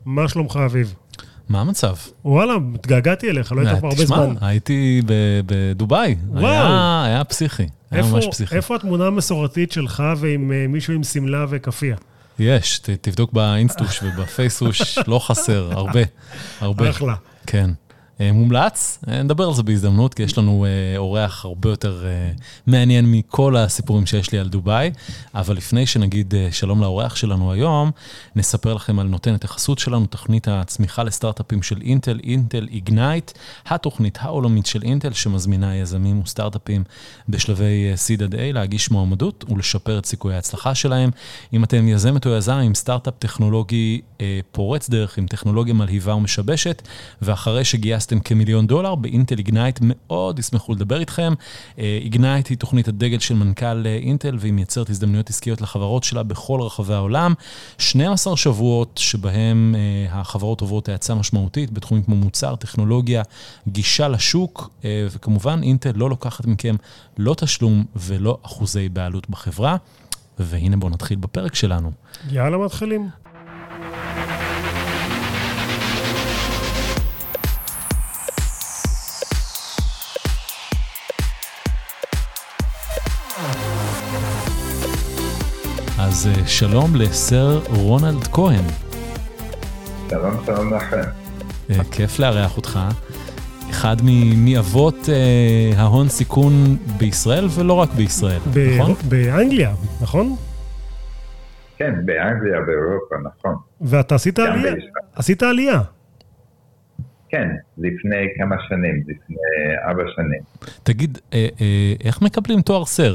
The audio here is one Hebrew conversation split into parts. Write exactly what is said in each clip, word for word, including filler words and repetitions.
מה שלומך אביב? מה המצב? וואלה, התגעגעתי אליך, לא היית כבר הרבה זמן. תשמע, הייתי בדוביי, היה, היה פסיכי, היה ממש פסיכי. איפה התמונה המסורתית שלך ועם מישהו עם סמלה וכפיה? יש, תבדוק באינסטוש ובפייסוש, לא חסר, הרבה, הרבה. אחלה. כן. מומלץ, נדבר על זה בהזדמנות, כי יש לנו אורח הרבה יותר מעניין מכל הסיפורים שיש לי על דוביי, אבל לפני שנגיד שלום לאורח שלנו היום, נספר לכם על נותנת החסות שלנו, תוכנית הצמיחה לסטארט-אפים של אינטל, אינטל איגנייט, התוכנית העולמית של אינטל, שמזמינה יזמים וסטארט-אפים בשלבי סיד עד איי, להגיש מועמדות ולשפר את סיכויי ההצלחה שלהם. אם אתם יזמת או יזם עם סטארט-אפ טכנולוגי פורץ דרך, עם טכנולוגיה מלהיבה ומשבשת, ואחרי שגייסתם כמיליון דולר, באינטל איגנייט מאוד ישמחו לדבר איתכם. איגנייט היא תוכנית הדגל של מנכ"ל אינטל, והיא מייצרת הזדמנויות עסקיות לחברות שלה בכל רחבי העולם. שנים עשר שבועות שבהם החברות עוברות האצה משמעותית, בתחומים כמו מוצר, טכנולוגיה, גישה לשוק, וכמובן אינטל לא לוקחת מכם לא תשלום ולא אחוזי בעלות בחברה. והנה בואו נתחיל בפרק שלנו. יאללה, מתחילים. אז שלום לסר רונלד כהן. שלום, שלום לכם. כיף לארח אותך. אחד מאבות ההון סיכון בישראל, ולא רק בישראל, נכון? באנגליה, נכון? כן, באנגליה, באירופה, נכון. ואתה עשית עלייה? עשית עלייה? כן, לפני כמה שנים, לפני ארבע שנים. תגיד, איך מקבלים תואר סר?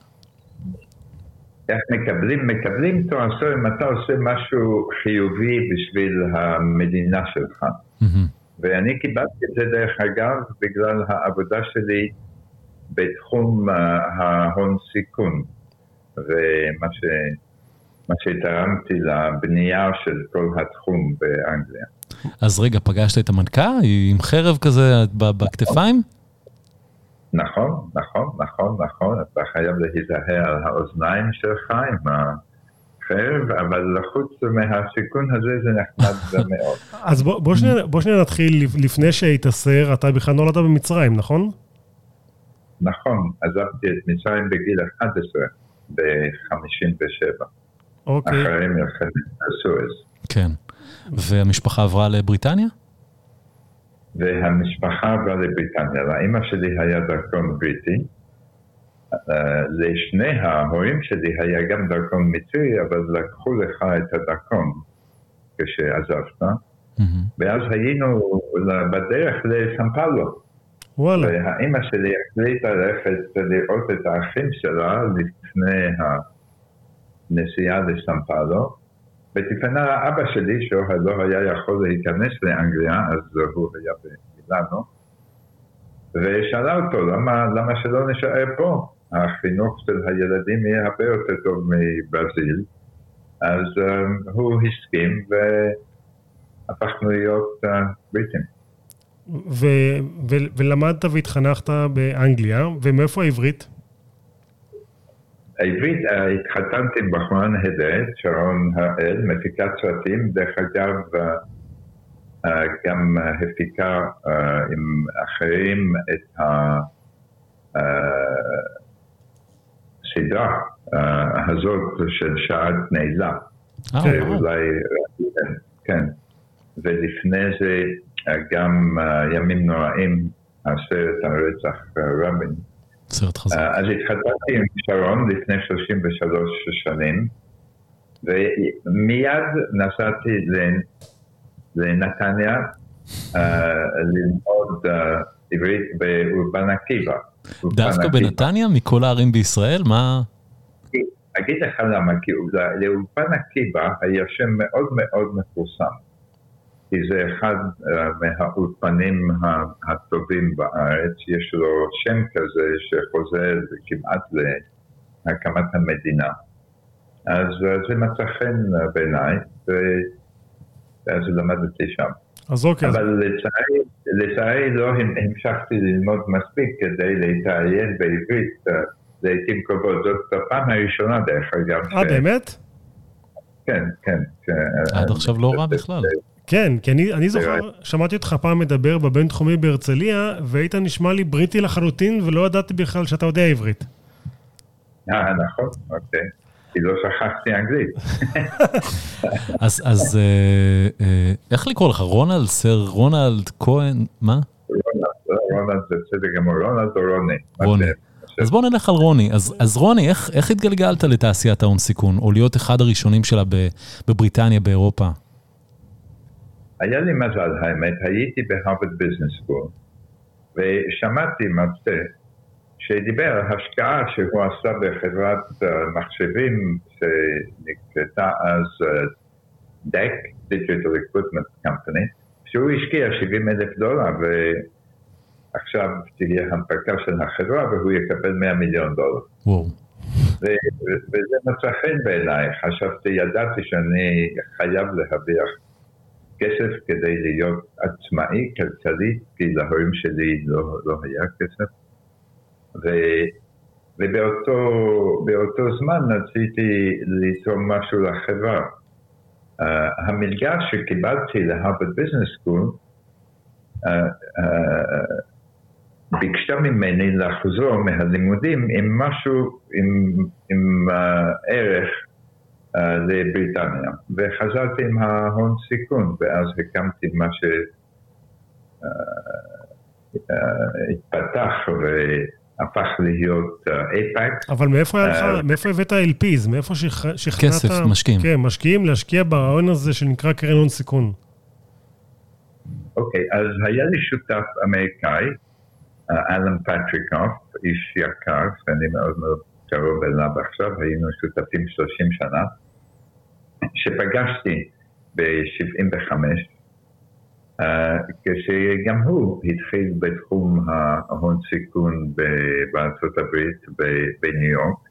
איך מקבלים? מקבלים תואר סר אם אתה עושה משהו חיובי בשביל המדינה שלך. ואני קיבלתי את זה דרך אגב בגלל העבודה שלי בתחום ההון סיכון, ומה ש... מה שתרמתי לבנייה של כל התחום באנגליה. אז רגע, פגשת את המנכ"ל? היא עם חרב כזה בכתפיים? נכון, נכון, נכון, נכון. אתה חייב להיזהר על האוזניים שלך עם החרב, אבל לחוץ מהסיכון הזה זה נחמד מאוד. אז בוא, בוא, שני, בוא שני נתחיל, לפני שהיית סר, אתה בכלל נולדת במצרים, נכון? נכון, עזבתי את מצרים בגיל אחת עשרה, ב-חמישים ושבע. אוקיי. אחרי מלחמת סואץ. כן. והמשפחה עברה לבריטניה? והמשפחה עברה לבריטניה. לאמא שלי היה דרכון בריטי. לשני ההורים שלי היה גם דרכון מצרי, אבל לקחו לך את הדרכון כשעזבת. ואז היינו בדרך לסן פאולו. וואלה. והאמא שלי החליטה ללכת לראות את האחים שלה לפני הנסיעה לסן פאולו. ותפנה אבא שלי, שהוא לא היה יכול להיכנס לאנגליה, אז הוא היה במילאנו. ושאלה אותו, למה, למה שלא נשאר פה? החינוך של הילדים יהיה הרבה יותר טוב מברזיל. אז um, הוא הסכים והפכנו להיות uh, בריטים. ו- ו- ולמדת והתחנכת באנגליה, ומאיפה העברית? העברית, התחתנתי עם בחורה נהדרת, שרון הראל, מפיקת סרטים, דרך אגב גם הפיקה עם אחרים את הסדרה הזאת של שעת נעילה. שאולי, כן. ולפני זה גם ימים נוראים, הסרט הרצח רבין. סרט חזק. אז התחתנתי עם שרון לפני שלושים ושלוש שנים, ומיד נסעתי לנתניה ללמוד עברית באולפן עקיבא. דווקא בנתניה? מכל הערים בישראל? מה? אגיד לך למה, כי לאולפן עקיבא היה שם מאוד מאוד מפורסם. כי זה אחד מהאולפנים הטובים בארץ, יש לו שם כזה שחוזר כמעט להקמת המדינה. אז זה מצא חן בעיניי, ואז למדתי שם. אז אוקיי. אבל לצערי לא המשכתי ללמוד מספיק כדי להתראיין בעברית לעתים קרובות. זאת הפעם הראשונה דרך אגב. אה, באמת? כן, כן. עד עכשיו לא רע בכלל. כן, כי אני, אני זוכר, שמעתי אותך פעם מדבר בבין תחומי בהרצליה, והיית נשמע לי בריטי לחלוטין, ולא ידעתי בכלל שאתה יודע עברית. אה, נכון, אוקיי. כי לא שכחתי אנגלית. אז, אז איך לקרוא לך? רונלד, סר רונלד, כהן, מה? רונלד זה צדק גמור, רונלד או רוני. רוני. אז בוא נלך על רוני. אז, אז רוני, איך, איך התגלגלת לתעשיית ההון סיכון, או להיות אחד הראשונים שלה בבריטניה, באירופה? היה לי מזל, האמת, הייתי בהרווארד ביזנס סקול, ושמעתי מרצה שדיבר על השקעה שהוא עשה בחברת מחשבים שנקראה אז דק, Digital Equipment Company, שהוא השקיע שבעים אלף דולר, ועכשיו תהיה הנפקה של החברה, והוא יקבל מאה מיליון דולר. וואו. וזה מצא חן בעיניי, חשבתי, ידעתי שאני חייב להרוויח כסף כדי להיות עצמאי כלכלית, כי להורים שלי לא, לא היה כסף. ו, ובאותו באותו זמן רציתי לתרום משהו לחברה. Uh, המלגה שקיבלתי להרווארד ביזנס סקול, uh, uh, ביקשה ממני לחזור מהלימודים עם משהו, עם, עם uh, ערך uh, לבריטניה. וחזרתי עם ההון סיכון, ואז הקמתי מה שהתפתח uh, uh, והפך להיות אייפקס. Uh, אבל מאיפה, uh, מאיפה הבאת אל פיז? מאיפה שכנעת... כסף, משקיעים. כן, משקיעים להשקיע ברעיון הזה שנקרא קרן הון סיכון. אוקיי, okay, אז היה לי שותף אמריקאי, אלן פטריקוף, איש יקר, שאני מאוד מאוד קרוב אליו עכשיו, היינו שותפים שלושים שנה, שפגשתי ב-שבעים וחמש, uh, כשגם הוא התחיל בתחום ההון סיכון בארצות הברית, בניו יורק,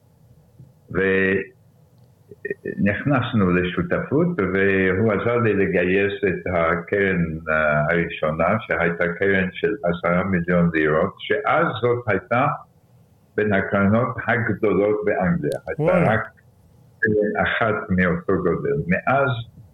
ונכנסנו לשותפות, והוא עזר לי לגייס את הקרן הראשונה, שהייתה קרן של עשרה מיליון לירות, שאז זאת הייתה בין הקרנות הגדולות באנגליה. הייתה רק אחת מאותו גודל. מאז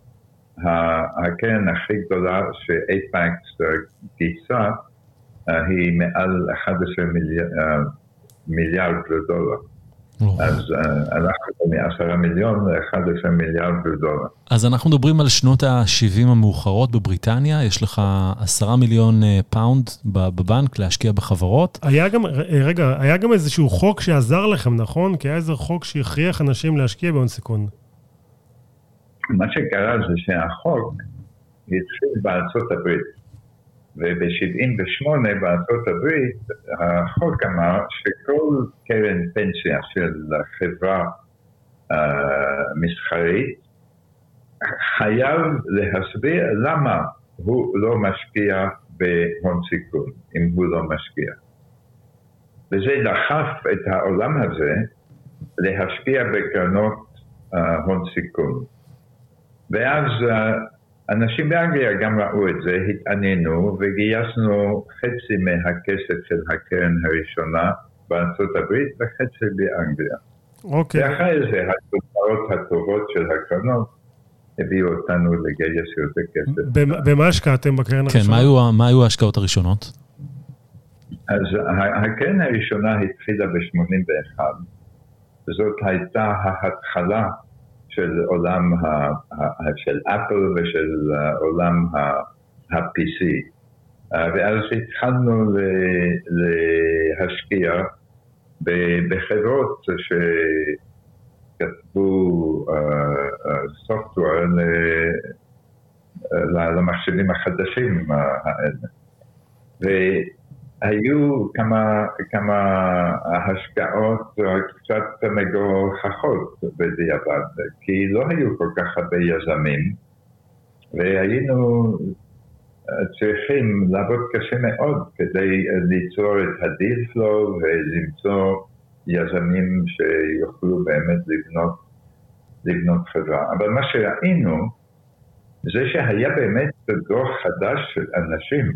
הקרן הכי גדולה שאייפקס גייסה, היא מעל אחד עשר מיליארד דולר. אז אנחנו מעשרה מיליון ל-אחד עשר מיליארד דולר. אז אנחנו מדברים על שנות ה-שבעים המאוחרות בבריטניה, יש לך עשרה מיליון פאונד בבנק להשקיע בחברות. היה גם, רגע, היה גם איזשהו חוק שעזר לכם, נכון? כי היה איזה חוק שהכריח אנשים להשקיע בהון סיכון. מה שקרה זה שהחוק התחיל בארצות הברית. וב-שבעים ושמונה בארצות הברית, החוק אמר שכל קרן פנסיה של חברה uh, מסחרית חייב להסביר למה הוא לא משקיע בהון סיכון, אם הוא לא משקיע. וזה דחף את העולם הזה להשקיע בקרנות uh, הון סיכון. ואז uh, אנשים באנגליה גם ראו את זה, התעניינו וגייסנו חצי מהכסף של הקרן הראשונה בארצות הברית וחצי באנגליה. אוקיי. ואחרי זה התוצאות הטובות של הקרנות הביאו אותנו לגייס יותר כסף. במה השקעתם בקרן הראשונה? כן, מה היו ההשקעות הראשונות? אז הקרן הראשונה התחילה ב-שמונים ואחת, וזאת הייתה ההתחלה של עולם של אפל ושל עולם ה-פי סי. ואז התחלנו להשקיע בחברות שכתבו סופטוור למחשבים החדשים האלה. והיו כמה, כמה השקעות קצת מגוחכות בדיעבד, כי לא היו כל כך הרבה יזמים, והיינו צריכים לעבוד קשה מאוד כדי ליצור את הדיל פלו ולמצוא יזמים שיוכלו באמת לבנות, לבנות חברה. אבל מה שראינו זה שהיה באמת דור חדש של אנשים,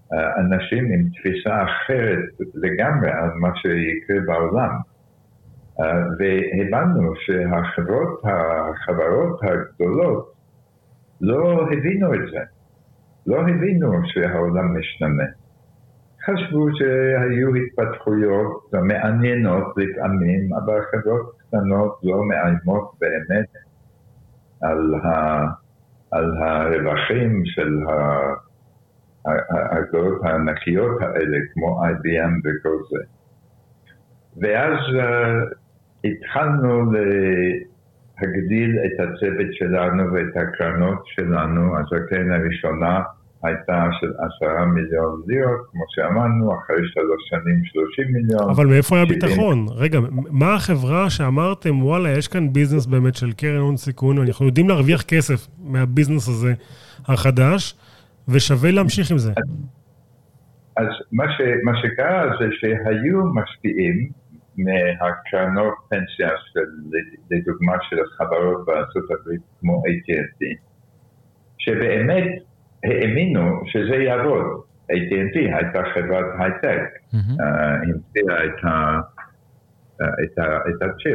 אנשים עם תפיסה אחרת לגמרי על מה שיקרה בעולם. והבנו שהחברות, החברות הגדולות לא הבינו את זה. לא הבינו שהעולם משתנה. חשבו שהיו התפתחויות מעניינות לפעמים, אבל חברות קטנות לא מאיימות באמת על, ה, על הרווחים של הגדולות הענקיות האלה, כמו איי בי אם וכל זה. ואז uh, התחלנו להגדיל את הצוות שלנו ואת הקרנות שלנו. אז הקרן הראשונה הייתה של עשרה מיליון לירות, כמו שאמרנו, אחרי שלוש שנים שלושים מיליון. אבל מאיפה היה ביטחון? רגע, מה החברה שאמרתם, וואלה, יש כאן ביזנס באמת של קרן הון סיכון, אנחנו יודעים להרוויח כסף מהביזנס הזה החדש, ושווה להמשיך עם זה. אז, אז מה, ש, מה שקרה זה שהיו משפיעים מהקרנות פנסיה של, לדוגמה של החברות בארצות הברית, כמו איי טי אנד טי, שבאמת האמינו שזה יעבוד. איי טי אנד טי הייתה חברת הייטק, המציאה את הצ'יפ,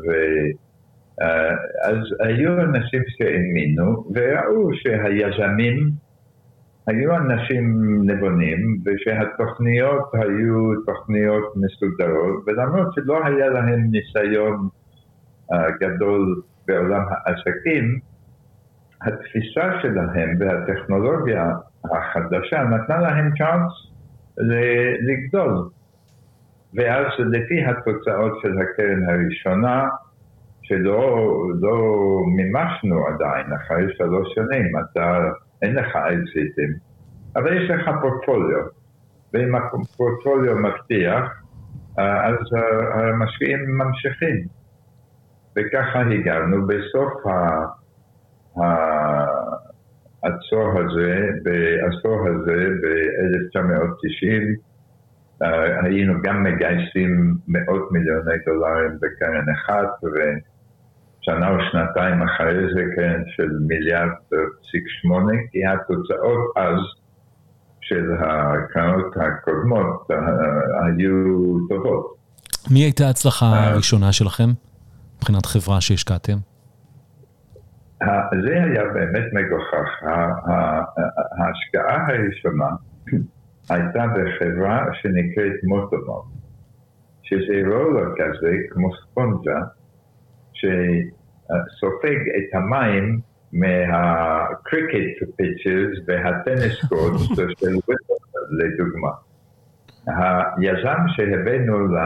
אז היו אנשים שהאמינו וראו שהיזמים היו אנשים נבונים ושהתוכניות היו תוכניות מסודרות, ולמרות שלא היה להם ניסיון גדול בעולם העסקים, התפיסה שלהם והטכנולוגיה החדשה נתנה להם צ'אנס לגדול. ואז לפי התוצאות של הקרן הראשונה, שלא לא מימשנו עדיין, אחרי שלוש שנים, אתה אין לך אקזיטים, אבל יש לך פורטפוליו, ואם הפורטפוליו מבטיח, אז המשקיעים ממשיכים. וככה הגענו בסוף ה... העשור הזה, בעשור הזה, ב-אלף תשע מאות תשעים, היינו גם מגייסים מאות מיליוני דולרים בקרן אחת, ושנה או שנתיים אחרי זה קרן של מיליארד פסיק שמונה, כי התוצאות אז של הקרנות הקודמות היו טובות. מי הייתה ההצלחה הראשונה שלכם, מבחינת חברה שהשקעתם? זה היה באמת מגוחך. ההשקעה הראשונה הייתה בחברה שנקראת מוטומוב, שזה רולר כזה כמו ספונג'ה, שסופג את המים מהקריקט פיצ'רס והטניס קורט של וויטר, לדוגמה. היזם שהבאנו ל...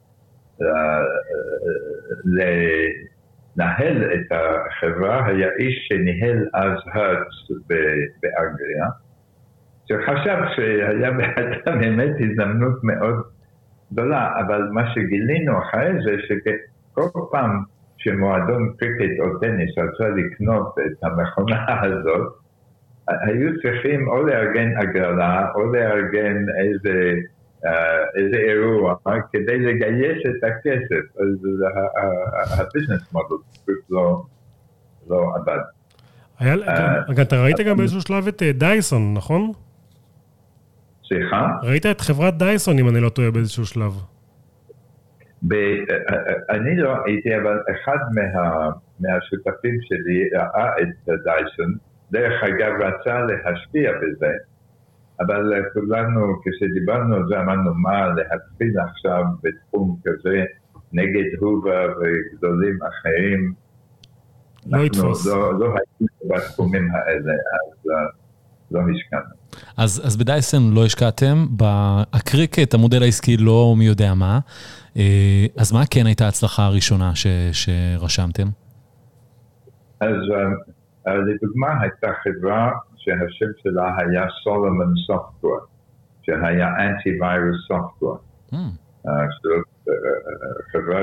נהל את החברה היה איש שניהל אז הרץ באנגליה, שחשב שהיה בעצם באמת הזדמנות מאוד גדולה, אבל מה שגילינו אחרי זה שכל פעם שמועדון קריקט או טניס רצה לקנות את המכונה הזאת, היו צריכים או לארגן הגרלה או לארגן איזה איזה אירוע, כדי לגייס את הכסף. אז הביזנס מודל לא עבד. אתה ראית גם באיזשהו שלב את דייסון, נכון? סליחה? ראית את חברת דייסון, אם אני לא טועה, באיזשהו שלב. אני לא הייתי, אבל אחד מהשותפים שלי ראה את דייסון, דרך אגב רצה להשפיע בזה, אבל כולנו, כשדיברנו על זה, אמרנו מה להתחיל עכשיו בתחום כזה נגד הובה וגדולים אחרים. לא יתפוס. לא, לא היינו בתחומים האלה, אז לא השקענו. אז, אז בדייסון לא השקעתם, בקריקט, המודל העסקי לא מי יודע מה, אז מה כן הייתה ההצלחה הראשונה ש, שרשמתם? אז לדוגמה הייתה חברה שהשם שלה היה סולומון סופטוור, שהיה אנטי-וירוס סופטוור. חברה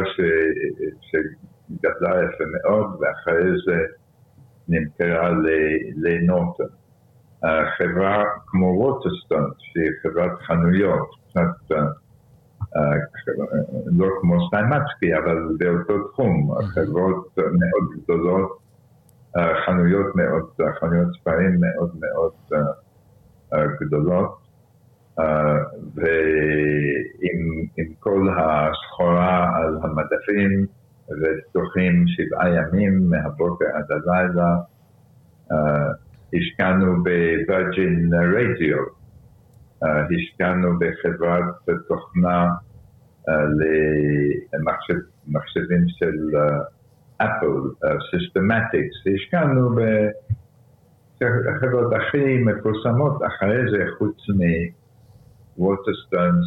שגדלה יפה מאוד, ואחרי זה נמכרה לנורטון. חברה כמו ווטרסטון, שהיא חברת חנויות, לא כמו סטיימצקי, אבל באותו תחום, חברות מאוד גדולות, חנויות מאוד, חנויות ספרים מאוד מאוד גדולות, ועם כל הסחורה על המדפים, ופתוחים שבעה ימים מהבוקר עד הלילה. השקענו בווירג'ין רדיו, השקענו בחברת תוכנה למחשבים של אפל, סיסטמטיקס, השקענו בחברות הכי מפורסמות אחרי זה, חוץ מווטרסטונס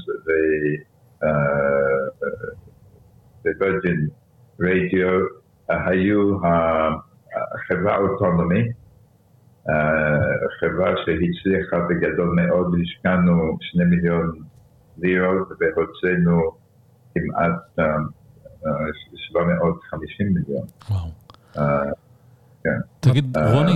ווירג'ין רדיו, היו החברה אוטונומי, חברה שהצליחה בגדול מאוד, השקענו שני מיליון לירות והוצאנו כמעט שבע מאות וחמישים מיליון. וואו. תגיד, רוני,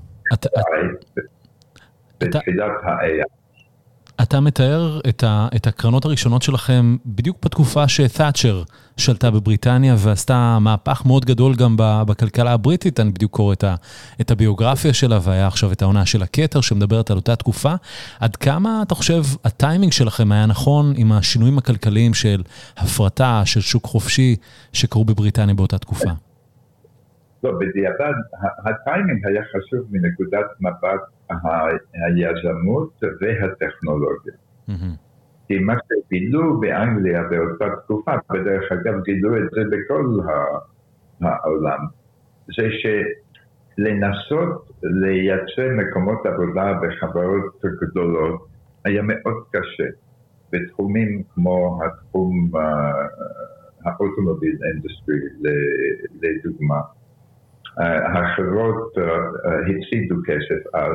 בתחילת ה-איי איי. אתה מתאר את הקרנות הראשונות שלכם בדיוק בתקופה שתאצ'ר שלטה בבריטניה ועשתה מהפך מאוד גדול גם בכלכלה הבריטית. אני בדיוק קורא את הביוגרפיה שלה, והיה עכשיו את העונה של הכתר שמדברת על אותה תקופה. עד כמה אתה חושב הטיימינג שלכם היה נכון עם השינויים הכלכליים של הפרטה, של שוק חופשי שקרו בבריטניה באותה תקופה? לא, בדיעבד, הטיימינג היה חשוב מנקודת מבט היזמות והטכנולוגיה. כי מה שגילו באנגליה באותה תקופה, בדרך אגב גילו את זה בכל העולם, זה שלנסות לייצר מקומות עבודה בחברות גדולות היה מאוד קשה, בתחומים כמו התחום האוטומוביל אינדסטרי לדוגמה. החברות הפסידו כסף אז,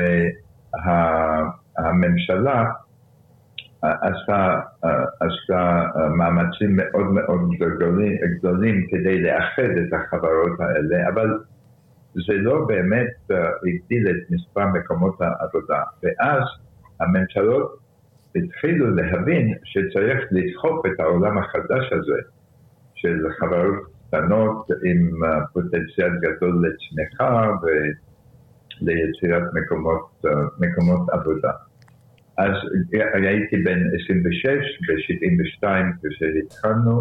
והממשלה עשה, עשה מאמצים מאוד מאוד גדולים, גדולים כדי לאחד את החברות האלה, אבל זה לא באמת הגדיל את מספר מקומות העבודה. ואז הממשלות התחילו להבין שצריך לדחוף את העולם החדש הזה של חברות קטנות עם פוטנציאל גדול לצמיחה וליצירת מקומות, מקומות עבודה. אז הייתי בן עשרים ושש, ב-שבעים ושתיים כשהתחלנו,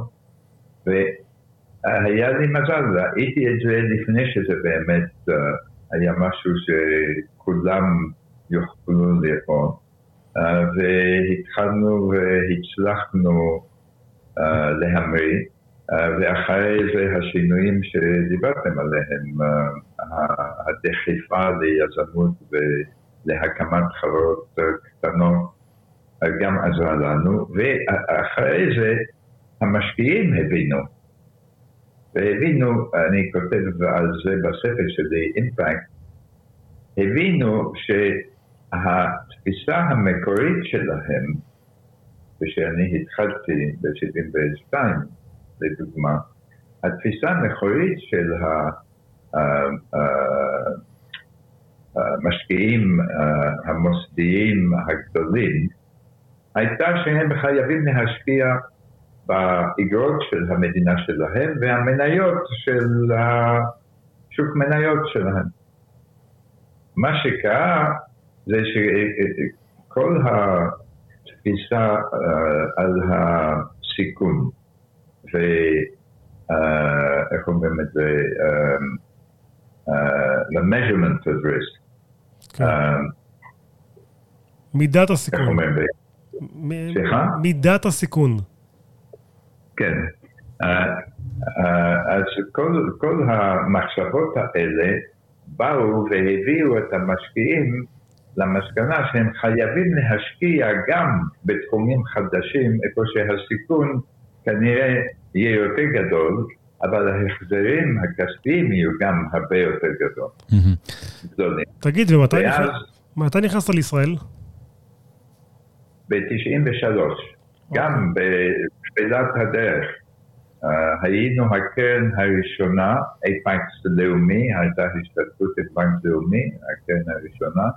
והיה לי מזל, ראיתי את זה לפני שזה באמת היה משהו שכולם יוכלו לראות, והתחלנו והצלחנו להמריא. ואחרי זה השינויים שדיברתם עליהם, הדחיפה ליזמות ולהקמת חברות קטנות גם עזרה לנו, ואחרי זה המשקיעים הבינו, והבינו, אני כותב על זה בספר שלי, אימפקט, הבינו שהתפיסה המקורית שלהם, ושאני התחלתי ב-שבעים ושתיים, לדוגמה, התפיסה המקורית של המשקיעים המוסדיים הגדולים הייתה שהם חייבים להשקיע באגרות של המדינה שלהם והמניות של שוק מניות שלהם. מה שקרה זה שכל התפיסה על הסיכון ואיך אומרים את זה, the measurement of risk. מידת הסיכון. איך אומרים? סליחה? מידת הסיכון. כן. אז כל המחשבות האלה באו והביאו את המשקיעים למסקנה שהם חייבים להשקיע גם בתחומים חדשים, איפה שהסיכון כנראה יהיה יותר גדול, אבל ההחזרים הכספיים יהיו גם הרבה יותר גדול. גדולים. תגיד, ומתי נכנסת לישראל? ב-תשעים ושלוש. גם בתחילת הדרך. היינו הקרן הראשונה, אייפקס לאומי, הייתה השתתפות בבנק לאומי, הקרן הראשונה.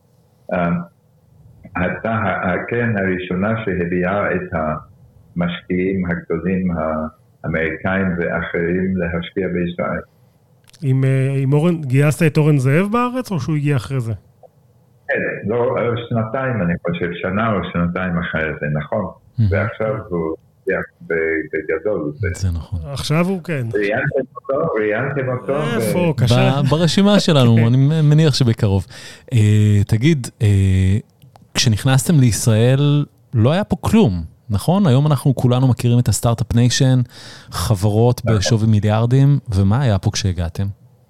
הייתה הקרן הראשונה שהביאה את ה... משקיעים הגדולים האמריקאים ואחרים להשקיע בישראל. עם, עם אורן, גייסת את אורן זאב בארץ או שהוא הגיע אחרי זה? כן, לא, שנתיים, אני חושב, שנה או שנתיים אחרי זה, נכון. ועכשיו הוא בגדול. זה נכון. עכשיו הוא כן. ראיינתם אותו? ראיינתם אותו? איפה? קשה. ברשימה שלנו, אני מניח שבקרוב. תגיד, כשנכנסתם לישראל, לא היה פה כלום, נכון? היום אנחנו כולנו מכירים את הסטארט-אפ ניישן, חברות בשווי מיליארדים, ומה היה פה כשהגעתם?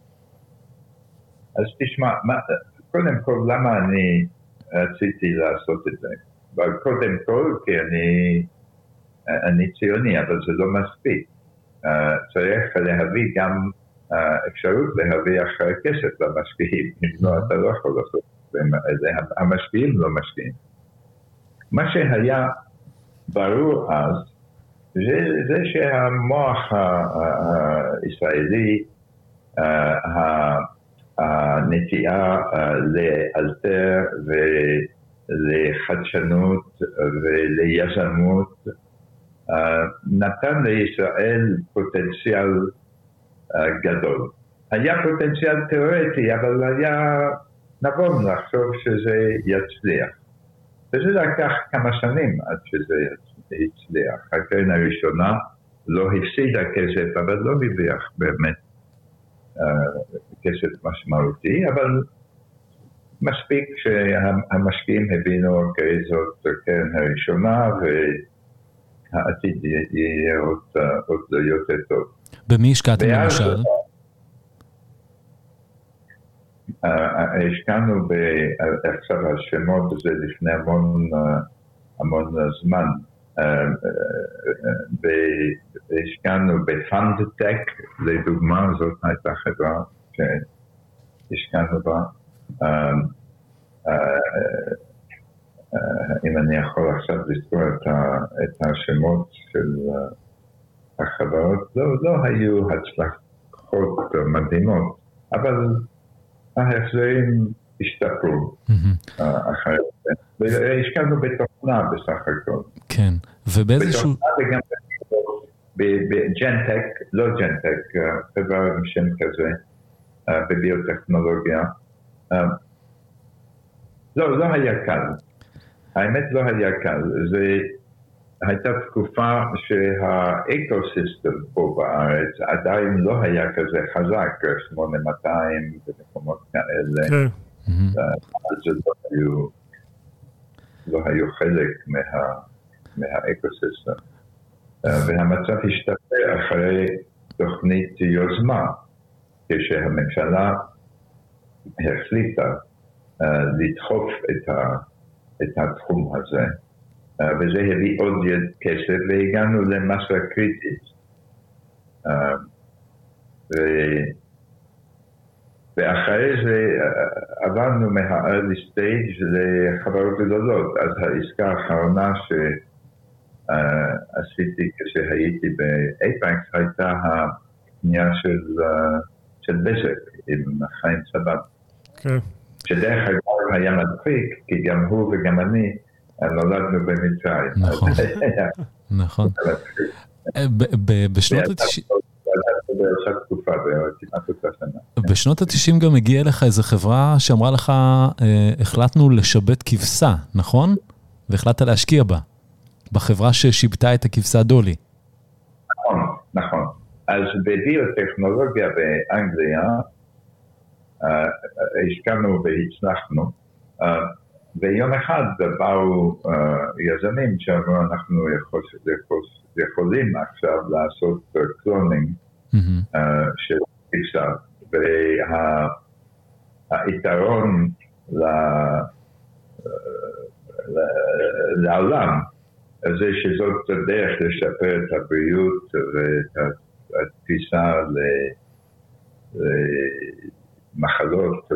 אז תשמע, קודם כל, למה אני רציתי לעשות את זה? קודם כל, כי אני, אני ציוני, אבל זה לא מספיק. צריך להביא גם אפשרות להרוויח כסף למשקיעים. אם לא, אתה לא יכול לעשות את זה. המשקיעים לא משקיעים. מה שהיה ברור אז, זה, זה שהמוח הישראלי, הנטייה לאלתר ולחדשנות וליזמות, נתן לישראל פוטנציאל גדול. היה פוטנציאל תיאורטי, אבל היה נבון לחשוב שזה יצליח. וזה לקח כמה שנים עד שזה יצליח. הקרן הראשונה לא הפסידה כסף, אבל לא הרוויח באמת uh, כסף משמעותי, אבל מספיק שהמשקיעים הבינו, אוקיי, זאת הקרן הראשונה, והעתיד יהיה עוד, uh, עוד יותר טוב. במי השקעתם למשל? השקענו עכשיו השמות זה לפני המון המון זמן, והשקענו בפנדטק, לדוגמה, זאת הייתה חברה שהשקענו בה. אם אני יכול עכשיו לזכור את השמות של החברות, לא היו הצלחות מדהימות, אבל ההחזרים השתפרו אחרי זה. והשקענו בתוכנה בסך הכל. כן, ובאיזשהו... בתוכנה וגם בג'נטק, לא ג'נטק, חברה עם שם כזה, בביוטכנולוגיה. לא, לא היה קל. האמת לא היה קל. זה הייתה תקופה שהאקוסיסטם פה בארץ עדיין לא היה כזה חזק, שמונה מאתיים ומקומות כאלה. אז זה לא היו, לא היו חלק מה, מהאקוסיסטם. והמצב השתפר אחרי תוכנית יוזמה, כשהממשלה החליטה לדחוף את, ה, את התחום הזה. וזה הביא עוד כסף, והגענו למסה קריטית. ואחרי זה עברנו מה-early stage לחברות גדולות. אז העסקה האחרונה שעשיתי כשהייתי ב-אייפקס הייתה הקנייה של בזק עם חיים סבב. שדרך אגב היה מצחיק, כי גם הוא וגם אני נולדנו במצרים. נכון, נכון. בשנות ה-תשעים... בשנות ה-תשעים גם הגיעה לך איזו חברה שאמרה לך, החלטנו לשבת כבשה, נכון? והחלטת להשקיע בה, בחברה ששיבטה את הכבשה דולי. נכון, נכון. אז בביוטכנולוגיה באנגליה, השקענו והצלחנו, ויום אחד באו יזמים שאמרו, אנחנו יכולים עכשיו לעשות קלונינג של כבשה, והיתרון לעולם זה שזאת דרך לשפר את הבריאות ואת התפיסה למחלות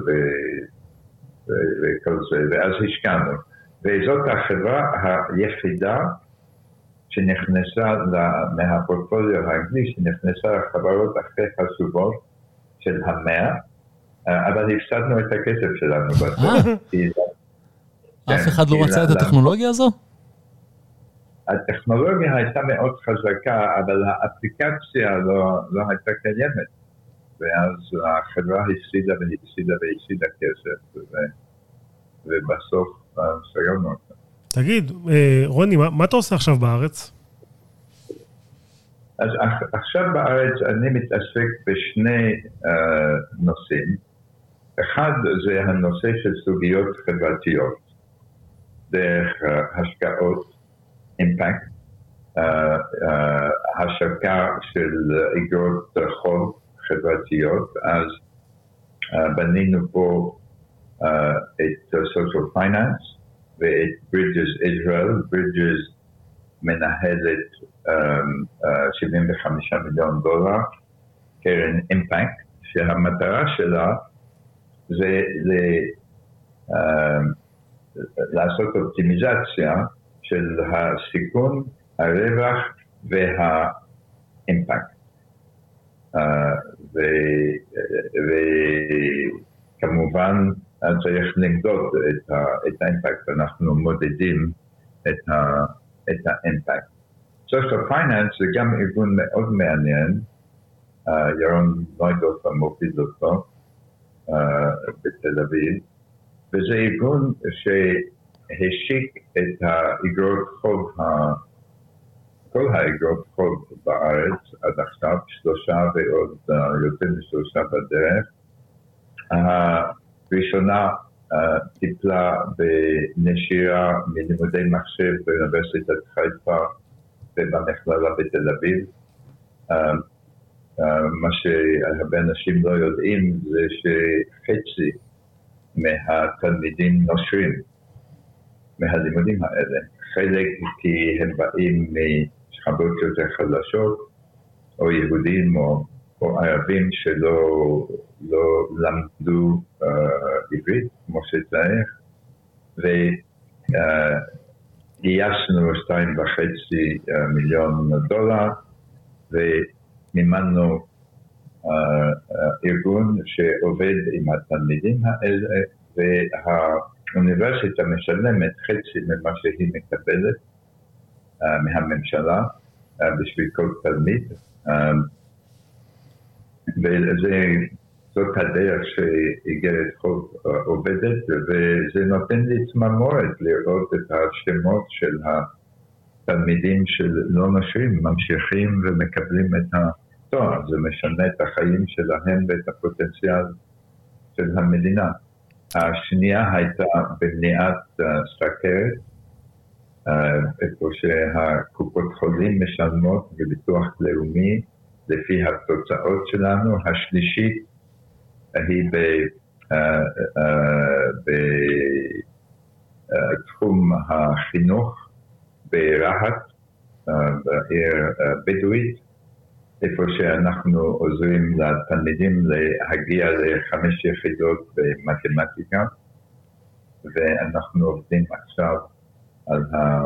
וכל זה, ואז השקענו. וזאת החברה היחידה שנכנסה מהפורטפוליו האנגלי, שנכנסה לחברות הכי חשובות של המאה, אבל הפסדנו את הכסף שלנו. אף אחד לא רצה את הטכנולוגיה הזו? הטכנולוגיה הייתה מאוד חזקה, אבל האפליקציה לא הייתה קיימת. ואז החברה הפסידה והפסידה והפסידה כסף. ובסוף סגרנו אותה. תגיד, רוני, מה, מה אתה עושה עכשיו בארץ? אז עכשיו בארץ אני מתעסק בשני uh, נושאים. אחד זה הנושא של סוגיות חברתיות, דרך uh, השקעות, אימפקט, uh, uh, השקה של אגרות חוב חברתיות. אז uh, בנינו פה uh, את Social Finance ואת Bridges Israel. Bridges מנהלת um, uh, שבעים וחמישה מיליון דולר, קרן אימפקט, שהמטרה שלה זה ל, uh, לעשות אופטימיזציה של הסיכון, הרווח והאימפקט. Uh, וכמובן צריך למדוד את, ה, את האימפקט, אנחנו מודדים את ה את האימפקט. Social Finance זה גם ארגון מאוד מעניין, uh, ירון נוידוף המוביל אותו uh, בתל אביב, וזה ארגון שהשיק את האגרות חוב, ה... כל האגרות חוב בארץ עד עכשיו, שלושה ועוד uh, יותר משלושה בדרך. הראשונה Uh, טיפלה בנשירה מלימודי מחשב באוניברסיטת חיפה ובמכללה בתל אביב. Uh, uh, מה שהרבה אנשים לא יודעים זה שחצי מהתלמידים נושרים מהלימודים האלה. חלק כי הם באים משכבות יותר חלשות, או יהודים או, או ערבים שלא לא למדו uh, עברית כמו שצריך, וגייסנו שתיים וחצי מיליון דולר, ומימנו uh, uh, ארגון שעובד עם התלמידים האלה, והאוניברסיטה משלמת חצי ממה שהיא מקבלת uh, מהממשלה uh, בשביל כל תלמיד, uh, וזה זאת הדרך שאיגרת חוב עובדת, וזה נותן לי צמרמורת לראות את השמות של התלמידים שלא נושרים, ממשיכים ומקבלים את התואר. זה משנה את החיים שלהם ואת הפוטנציאל של המדינה. השנייה הייתה במניעת סוכרת, איפה שהקופות חולים משלמות בביטוח לאומי לפי התוצאות שלנו. השלישית היא בתחום החינוך ברהט, בעיר בדואית, איפה שאנחנו עוזרים לתלמידים להגיע לחמש יחידות במתמטיקה, ואנחנו עובדים עכשיו על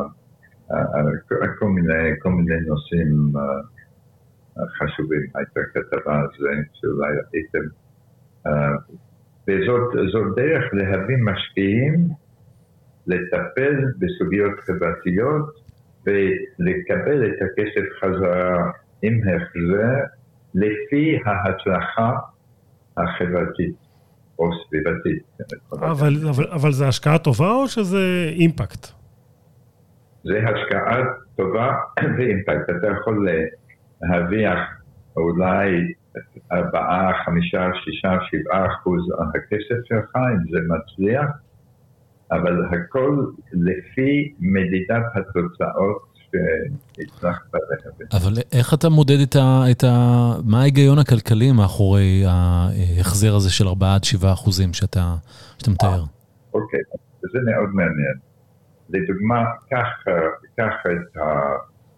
כל מיני, כל מיני נושאים חשובים. הייתה כתבה על זה שאולי ראיתם. Uh, וזאת דרך להביא משקיעים לטפל בסוגיות חברתיות ולקבל את הכסף חזרה עם החזר לפי ההצלחה החברתית או סביבתית. אבל, אבל, אבל זה השקעה טובה או שזה אימפקט? זה השקעה טובה ואימפקט. אתה יכול להרוויח אולי ארבעה, חמישה, שישה, שבעה אחוז על הכסף שלך, אם זה מצליח, אבל הכל לפי מדידת התוצאות שהצלחת להביא. אבל איך אתה מודד את ה... את ה... מה ההיגיון הכלכלי מאחורי ההחזר הזה של ארבעה עד שבעה אחוזים שאתה, שאתה מתאר? אוקיי, זה מאוד מעניין. לדוגמה, כך, כך את ה...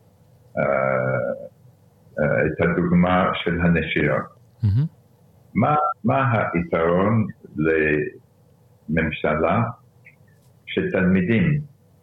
את הדוגמה של הנשירה. Mm-hmm. מה, מה היתרון לממשלה שתלמידים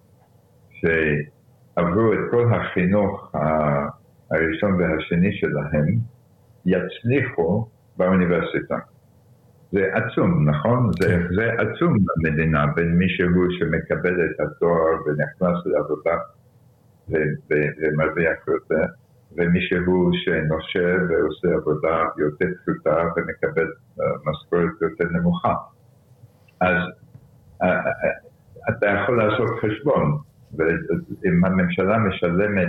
שעברו את כל החינוך הראשון והשני שלהם יצליחו באוניברסיטה? זה עצום, נכון? Okay. זה, זה עצום במדינה בין מישהו שמקבל את התואר ונכנס לעבודה ומרוויח יותר, ומישהו שנושב ועושה עבודה יותר פשוטה ומקבל uh, משכורת יותר נמוכה. אז אתה יכול לעשות חשבון, ואם הממשלה משלמת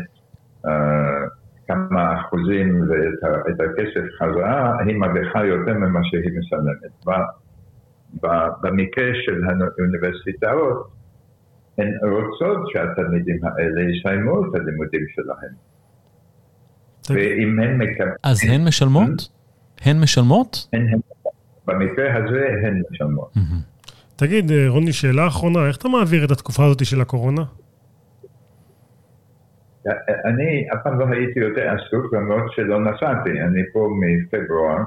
כמה אחוזים ואת הכסף חזרה, היא מרוויחה יותר ממה שהיא משלמת. במקרה של האוניברסיטאות, הן רוצות שהתלמידים האלה יסיימו את הלימודים שלהם. ואם הן מקבלות... אז הן משלמות? הן משלמות? במקרה הזה הן משלמות. תגיד, רוני, שאלה אחרונה, איך אתה מעביר את התקופה הזאת של הקורונה? אני אף פעם לא הייתי יותר עסוק, למרות שלא נסעתי. אני פה מפברואר,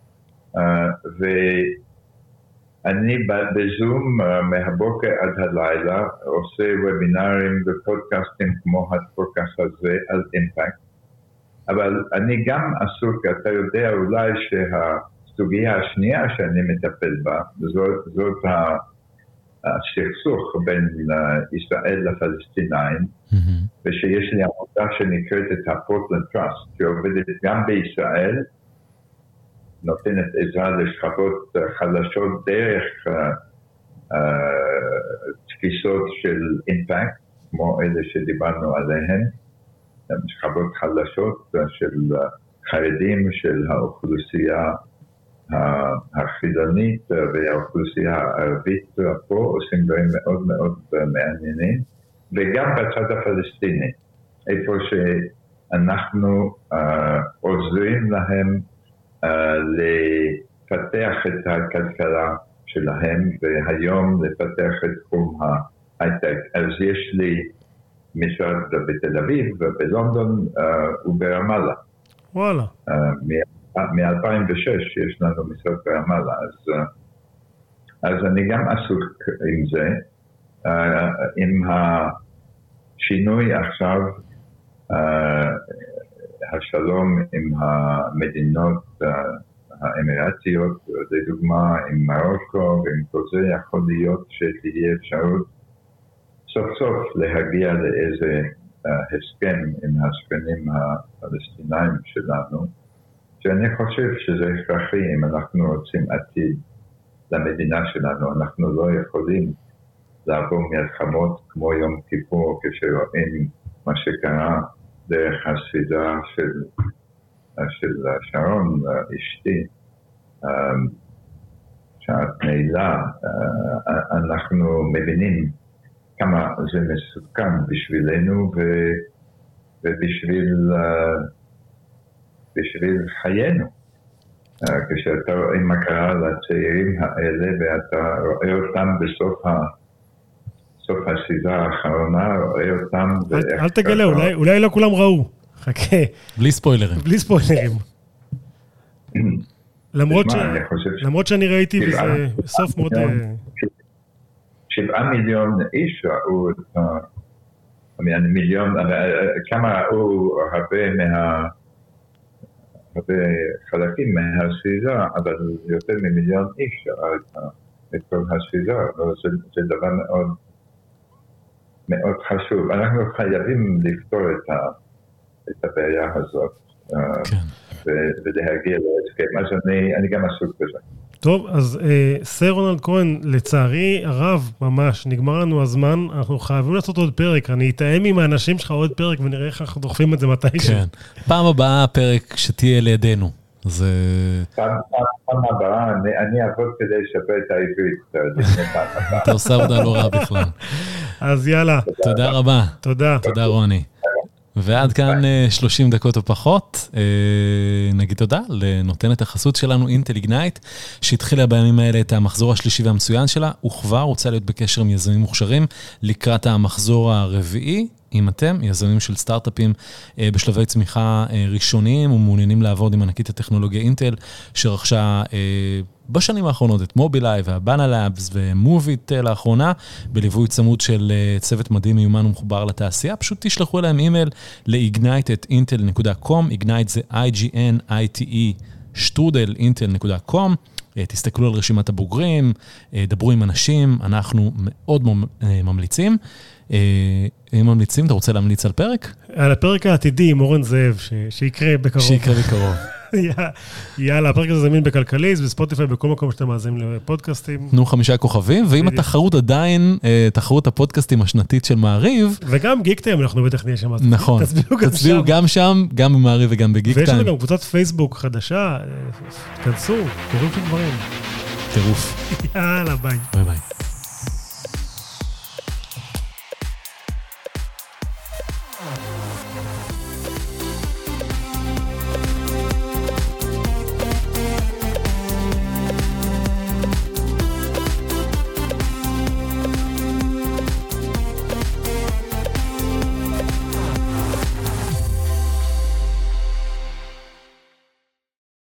ואני בזום מהבוקר עד הלילה, עושה וובינרים ופודקאסטים כמו הפודקאסט הזה על אימפקט. אבל אני גם עסוק, אתה יודע אולי שהסוגיה השנייה שאני מטפל בה, זאת, זאת הסכסוך בין ישראל לפלסטינאים, mm-hmm. ושיש לי עמותה שנקראת את הפורטלנד טראסט, שעובדת גם בישראל, נותנת עזרה לשכבות חלשות דרך uh, uh, תפיסות של אימפקט, כמו אלה שדיברנו עליהן, שכבות חלשות של חרדים, של האוכלוסייה החילונית והאוכלוסייה הערבית פה, עושים דברים מאוד מאוד מעניינים, וגם בצד הפלסטיני, איפה שאנחנו uh, עוזרים להם uh, לפתח את הכלכלה שלהם, והיום לפתח את תחום ההייטק. אז יש לי משרד בתל אביב, בלונדון uh, וברמאללה. וואלה. Uh, מ-אלפיים ושש יש לנו משרד ברמאללה, אז, uh, אז אני גם עסוק עם זה, uh, עם השינוי עכשיו, uh, השלום עם המדינות uh, האמירתיות, לדוגמה עם מרוקו ועם כל זה, יכול להיות שתהיה אפשרות סוף סוף להגיע לאיזה uh, הסכם עם השכנים הפלסטינאים שלנו, שאני חושב שזה הכרחי אם אנחנו רוצים עתיד למדינה שלנו. אנחנו לא יכולים לעבור מלחמות כמו יום כיפור, כשרואים מה שקרה דרך הסדרה של, של שרון, אשתי, uh, שאת נעילה, uh, אנחנו מבינים כמה זה מסוכן בשבילנו ו, ובשביל uh, בשביל חיינו. Uh, כשאתה רואה מה קרה לצעירים האלה ואתה רואה אותם בסוף ה, סוף הסדרה האחרונה, רואה אותם... אל, אל תגלה, אולי, אולי לא כולם ראו. חכה. בלי ספוילרים. בלי ספוילרים. למרות, ש... למרות שאני ראיתי וזה סוף מאוד... שבעה מיליון איש ראו את ה... מיליון, כמה ראו הרבה מה... הרבה חלקים מהסביבה, אבל יותר ממיליון איש ראו את כל הסביבה, זה, זה דבר מאוד, מאוד חשוב. אנחנו חייבים לפתור את, ה... את הבעיה הזאת, כן. ו... ולהגיע להסכם, אז אני, אני גם עסוק בזה. טוב, אז אה, סר רונלד כהן, לצערי הרב ממש, נגמר לנו הזמן, אנחנו חייבים לעשות עוד פרק, אני אתאם עם האנשים שלך עוד פרק, ונראה איך אנחנו דוחפים את זה מתישהו. כן, פעם הבאה הפרק שתהיה לידינו. זה... פעם, פעם הבאה, אני, אני אעבוד כדי לשפר את העברית. אתה עושה עבודה לא רע בכלל. אז יאללה. תודה רבה. תודה. תודה רוני. ועד כאן שלושים דקות או פחות, נגיד תודה לנותנת החסות שלנו אינטל איגנייט, שהתחילה בימים האלה את המחזור השלישי והמצוין שלה, וכבר רוצה להיות בקשר עם יזמים מוכשרים לקראת המחזור הרביעי, אם אתם יזמים של סטארט-אפים בשלבי צמיחה ראשוניים ומעוניינים לעבוד עם ענקית הטכנולוגיה אינטל, שרכשה בשנים האחרונות את מובילאיי והבאנה לאבס ומוביט לאחרונה, בליווי צמוד של צוות מדהים מיומן ומחובר לתעשייה, פשוט תשלחו אליהם אימייל ל-ignite את intel דוט קום, ignite זה I-G-N-I-T-E, שטרודל אינטל דוט קום, תסתכלו על רשימת הבוגרים, דברו עם אנשים, אנחנו מאוד ממליצים. אם ממליצים, אתה רוצה להמליץ על פרק? על הפרק העתידי עם אורן זאב, ש... שיקרה בקרוב. שיקרה בקרוב. יאללה, הפרק הזה זמין בכלכליסט, בספוטיפיי, בכל מקום שאתם מאזינים לפודקאסטים. תנו חמישה כוכבים, ואם התחרות עדיין, תחרות הפודקאסטים השנתית של מעריב. וגם גיקטיים, אנחנו בטח נהיה שם. נכון, תצביעו גם שם, גם במעריב וגם בגיקטיים. ויש לנו גם קבוצת פייסבוק חדשה, תכנסו, קוראים שם דברים. טירוף. יאללה, ביי. ביי ביי.